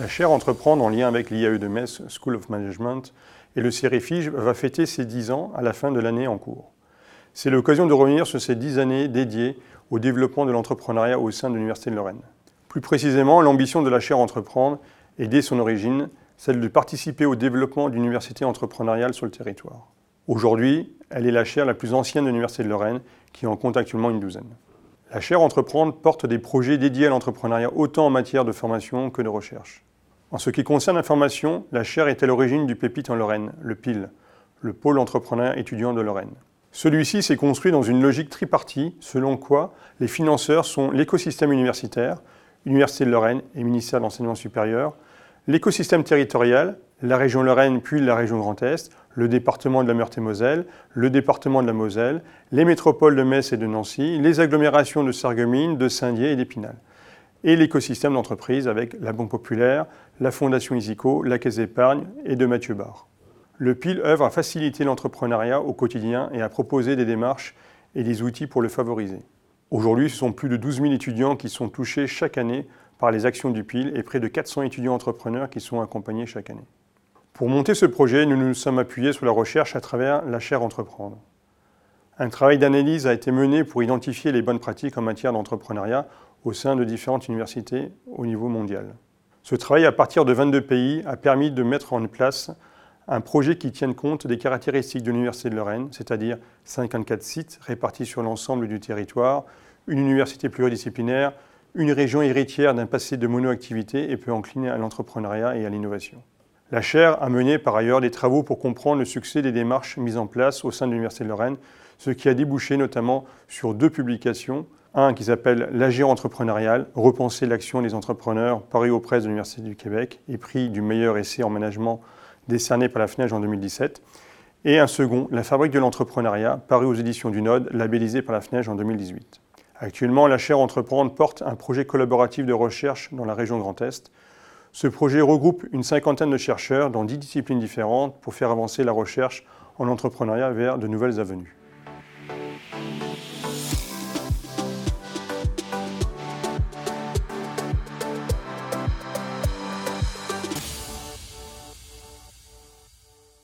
chaire Entreprendre, en lien avec l'IAE de Metz School of Management et le CEREFIGE, va fêter ses 10 ans à la fin de l'année en cours. C'est l'occasion de revenir sur ces 10 années dédiées au développement de l'entrepreneuriat au sein de l'Université de Lorraine. Plus précisément, l'ambition de la chaire Entreprendre est, dès son origine, celle de participer au développement d'une université entrepreneuriale sur le territoire. Aujourd'hui, elle est la chaire la plus ancienne de l'Université de Lorraine, qui en compte actuellement une douzaine. La chaire Entreprendre porte des projets dédiés à l'entrepreneuriat autant en matière de formation que de recherche. En ce qui concerne la formation, la chaire est à l'origine du PEPIT en Lorraine, le PIL, le Pôle Entrepreneur Étudiant de Lorraine. Celui-ci s'est construit dans une logique tripartie, selon quoi les financeurs sont l'écosystème universitaire, Université de Lorraine et ministère de l'Enseignement supérieur, l'écosystème territorial, la région Lorraine puis la région Grand Est, le département de la Meurthe-et-Moselle, le département de la Moselle, les métropoles de Metz et de Nancy, les agglomérations de Sarreguemines, de Saint-Dié et d'Épinal. Et l'écosystème d'entreprise avec la Banque Populaire, la Fondation Isico, la Caisse d'épargne et de Mathieu Barre. Le PIL œuvre à faciliter l'entrepreneuriat au quotidien et à proposer des démarches et des outils pour le favoriser. Aujourd'hui, ce sont plus de 12 000 étudiants qui sont touchés chaque année par les actions du PIL et près de 400 étudiants entrepreneurs qui sont accompagnés chaque année. Pour monter ce projet, nous nous sommes appuyés sur la recherche à travers la chaire Entreprendre. Un travail d'analyse a été mené pour identifier les bonnes pratiques en matière d'entrepreneuriat au sein de différentes universités au niveau mondial. Ce travail, à partir de 22 pays, a permis de mettre en place un projet qui tienne compte des caractéristiques de l'Université de Lorraine, c'est-à-dire 54 sites répartis sur l'ensemble du territoire, une université pluridisciplinaire, une région héritière d'un passé de monoactivité et peu inclinée à l'entrepreneuriat et à l'innovation. La chaire a mené par ailleurs des travaux pour comprendre le succès des démarches mises en place au sein de l'Université de Lorraine, ce qui a débouché notamment sur 2 publications, un qui s'appelle L'Agir entrepreneurial, repenser l'action des entrepreneurs, paru aux presses de l'Université du Québec et prix du meilleur essai en management décerné par la FNEJ en 2017, et un second, La Fabrique de l'entrepreneuriat, paru aux éditions du Node, labellisé par la FNEJ en 2018. Actuellement, la chaire Entreprendre porte un projet collaboratif de recherche dans la région Grand Est. Ce projet regroupe une 50aine de chercheurs dans 10 disciplines différentes pour faire avancer la recherche en entrepreneuriat vers de nouvelles avenues.